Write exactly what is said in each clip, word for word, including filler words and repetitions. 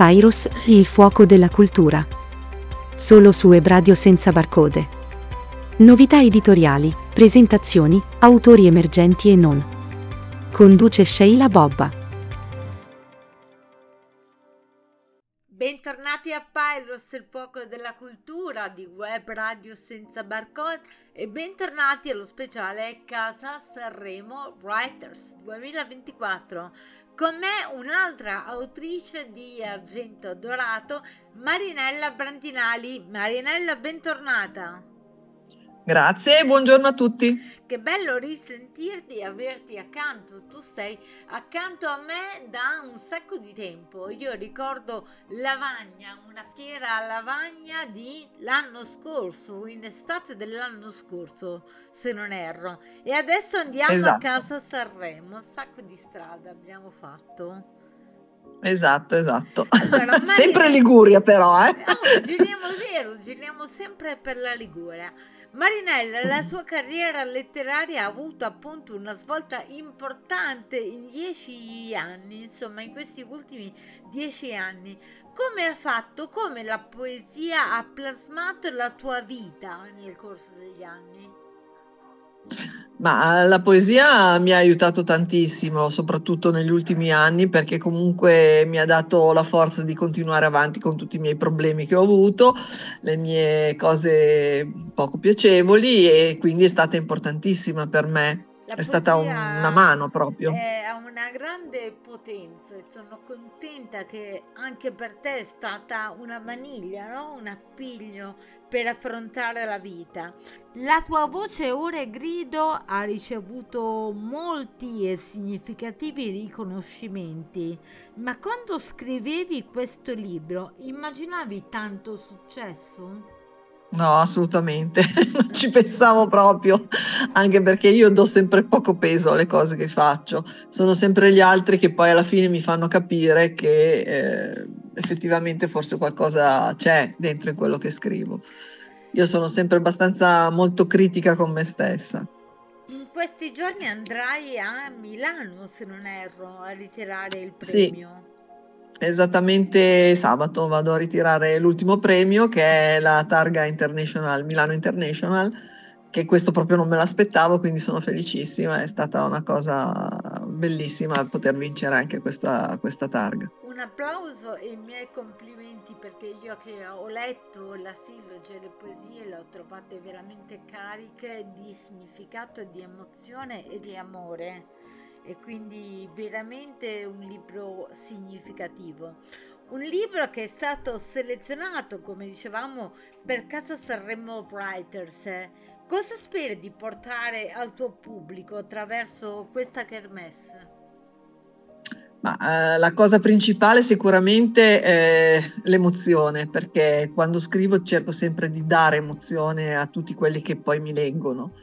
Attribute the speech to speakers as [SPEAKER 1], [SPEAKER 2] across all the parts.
[SPEAKER 1] Pyros, il fuoco della cultura. Solo su Web Radio senza barcode. Novità editoriali, presentazioni, autori emergenti e non. Conduce Sheila Bobba.
[SPEAKER 2] Bentornati a Pyros, il fuoco della cultura di Web Radio senza barcode, e bentornati allo speciale Casa Sanremo Writers duemilaventiquattro. Con me un'altra autrice di argento dorato, Marinella Brantinali. Marinella, bentornata.
[SPEAKER 3] Grazie e buongiorno a tutti.
[SPEAKER 2] Che bello risentirti e averti accanto. Tu sei accanto a me da un sacco di tempo. Io ricordo Lavagna, una fiera a Lavagna di l'anno scorso, in estate dell'anno scorso, se non erro. E adesso andiamo esatto. a Casa Sanremo. Un sacco di strada abbiamo fatto.
[SPEAKER 3] Esatto, esatto.
[SPEAKER 2] Allora, Maria...
[SPEAKER 3] sempre Liguria però, eh?
[SPEAKER 2] No, giriamo vero, giriamo sempre per la Liguria. Marinella, la tua carriera letteraria ha avuto appunto una svolta importante in dieci anni, insomma in questi ultimi dieci anni. Come ha fatto, come la poesia ha plasmato la tua vita nel corso degli anni?
[SPEAKER 3] Ma la poesia mi ha aiutato tantissimo, soprattutto negli ultimi anni, perché comunque mi ha dato la forza di continuare avanti con tutti i miei problemi che ho avuto, le mie cose poco piacevoli, e quindi è stata importantissima per me. La è stata un, una mano proprio.
[SPEAKER 2] Ha una grande potenza e sono contenta che anche per te è stata una maniglia, no? Un appiglio per affrontare la vita. La tua voce ora e grido ha ricevuto molti e significativi riconoscimenti, ma quando scrivevi questo libro immaginavi tanto successo?
[SPEAKER 3] No, assolutamente, non ci pensavo proprio, anche perché io do sempre poco peso alle cose che faccio, sono sempre gli altri che poi alla fine mi fanno capire che eh, effettivamente forse qualcosa c'è dentro in quello che scrivo. Io sono sempre abbastanza molto critica con me stessa.
[SPEAKER 2] In questi giorni andrai a Milano, se non erro, a ritirare il premio.
[SPEAKER 3] Sì. Esattamente sabato vado a ritirare l'ultimo premio, che è la targa International, Milano International, che questo proprio non me l'aspettavo, quindi sono felicissima, è stata una cosa bellissima poter vincere anche questa, questa targa.
[SPEAKER 2] Un applauso e i miei complimenti, perché io che ho letto la silloge e le poesie le ho trovate veramente cariche di significato, di emozione e di amore. E quindi veramente un libro significativo, un libro che è stato selezionato, come dicevamo, per Casa Sanremo Writers. Cosa speri di portare al tuo pubblico attraverso questa kermesse?
[SPEAKER 3] Ma, eh, la cosa principale sicuramente è l'emozione, perché quando scrivo cerco sempre di dare emozione a tutti quelli che poi mi leggono.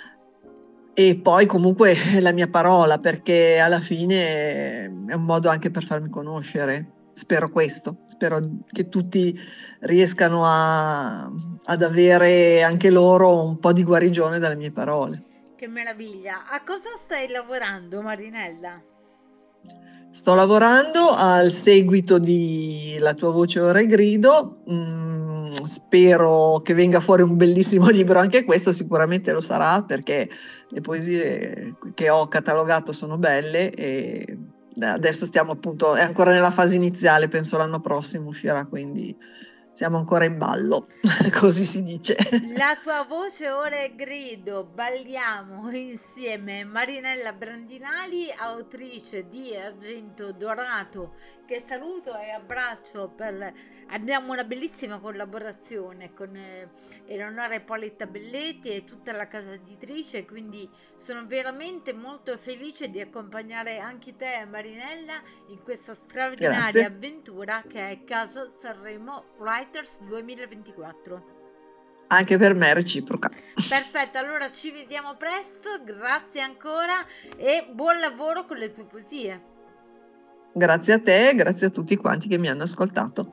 [SPEAKER 3] E poi comunque la mia parola, perché alla fine è un modo anche per farmi conoscere. Spero questo, spero che tutti riescano a, ad avere anche loro un po' di guarigione dalle mie parole.
[SPEAKER 2] Che meraviglia! A cosa stai lavorando, Marinella?
[SPEAKER 3] Sto lavorando al seguito di La tua voce ora e grido. Mm, spero che venga fuori un bellissimo libro anche questo, sicuramente lo sarà, perché le poesie che ho catalogato sono belle e adesso stiamo appunto, è ancora nella fase iniziale, penso l'anno prossimo uscirà, quindi siamo ancora in ballo, così si dice.
[SPEAKER 2] La tua voce ora è grido, balliamo insieme. Marinella Brantinali, autrice di Argento Dorato, che saluto e abbraccio. Per... abbiamo una bellissima collaborazione con eh, Eleonora Ippolita Belletti e tutta la casa editrice, quindi sono veramente molto felice di accompagnare anche te, Marinella, in questa straordinaria Grazie. avventura che è Casa Sanremo Writers duemilaventiquattro.
[SPEAKER 3] Anche per me è reciproca.
[SPEAKER 2] Perfetto, allora ci vediamo presto, grazie ancora e buon lavoro con le tue poesie.
[SPEAKER 3] Grazie a te e grazie a tutti quanti che mi hanno ascoltato.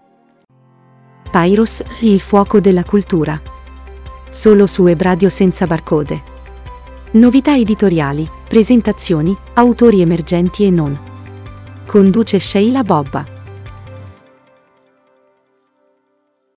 [SPEAKER 1] Pyros, il fuoco della cultura. Solo su Web Radio senza barcode. Novità editoriali, presentazioni, autori emergenti e non. Conduce Sheila Bobba.